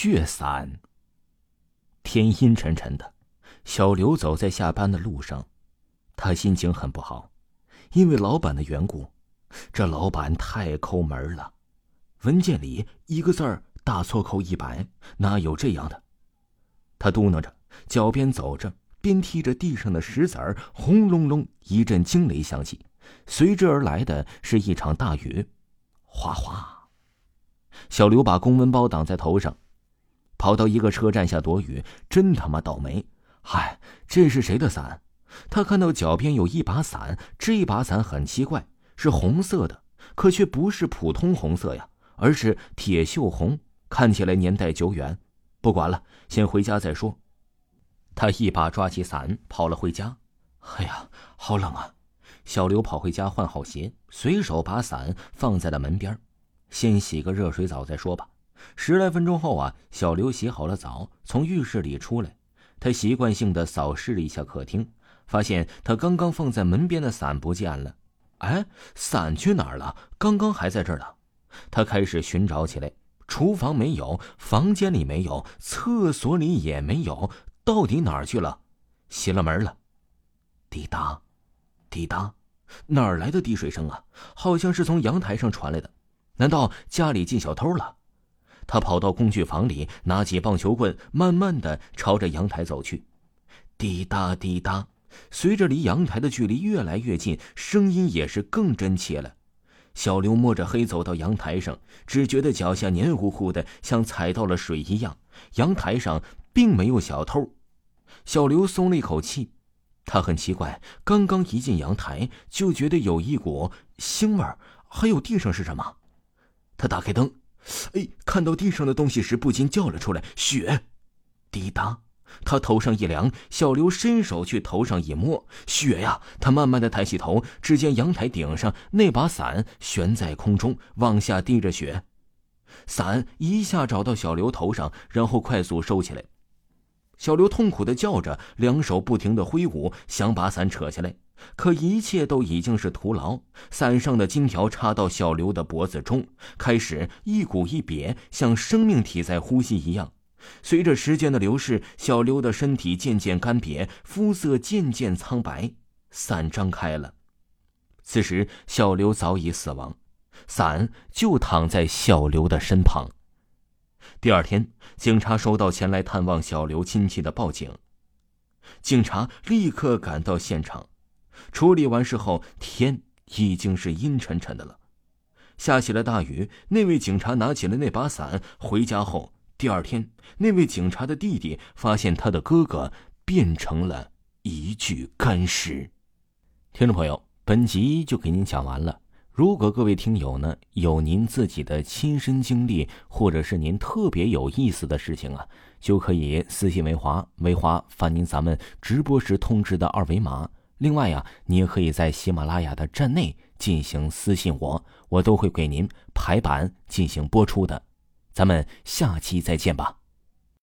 血伞。天阴沉沉的，小刘走在下班的路上，他心情很不好，因为老板的缘故。这老板太抠门了，文件里一个字儿大错扣100，哪有这样的？他嘟囔着，脚边走着，边踢着地上的石子儿，轰隆隆一阵惊雷响起，随之而来的是一场大雨，哗哗。小刘把公文包挡在头上，跑到一个车站下躲雨，真他妈倒霉！嗨，这是谁的伞？他看到脚边有一把伞，这把伞很奇怪，是红色的，可却不是普通红色呀，而是铁锈红，看起来年代久远。不管了，先回家再说。他一把抓起伞跑了回家。哎呀，好冷啊！小刘跑回家换好鞋，随手把伞放在了门边，先洗个热水澡再说吧。10来分钟后啊，小刘洗好了澡，从浴室里出来，他习惯性的扫视了一下客厅，发现他刚刚放在门边的伞不见了。哎，伞去哪儿了？刚刚还在这儿呢。他开始寻找起来，厨房没有，房间里没有，厕所里也没有，到底哪儿去了？熄了门了。滴答滴答，哪儿来的滴水声啊？好像是从阳台上传来的。难道家里进小偷了？他跑到工具房里，拿起棒球棍，慢慢地朝着阳台走去。滴答滴答，随着离阳台的距离越来越近，声音也是更真切了。小刘摸着黑走到阳台上，只觉得脚下黏糊糊的，像踩到了水一样。阳台上并没有小偷，小刘松了一口气。他很奇怪，刚刚一进阳台就觉得有一股腥味儿，还有地上是什么？他打开灯，看到地上的东西时不禁叫了出来，血！滴答，他头上一凉，小刘伸手去头上一摸，血呀！他慢慢的抬起头，只见阳台顶上那把伞悬在空中，往下滴着血。伞一下找到小刘头上，然后快速收起来。小刘痛苦的叫着，两手不停的挥舞，想把伞扯下来，可一切都已经是徒劳。伞上的金条插到小刘的脖子中，开始一鼓一瘪，像生命体在呼吸一样。随着时间的流逝，小刘的身体渐渐干瘪，肤色渐渐苍白。伞张开了，此时小刘早已死亡，伞就躺在小刘的身旁。第二天，警察收到前来探望小刘亲戚的报警，警察立刻赶到现场。处理完事后，天已经是阴沉沉的了，下起了大雨。那位警察拿起了那把伞，回家后，第二天，那位警察的弟弟发现他的哥哥变成了一具干尸。听众朋友，本集就给您讲完了。如果各位听友呢有您自己的亲身经历，或者是您特别有意思的事情啊，就可以私信维华发您咱们直播时通知的2维码。另外呀，你也可以在喜马拉雅的站内进行私信我都会给您排版进行播出的。咱们下期再见吧。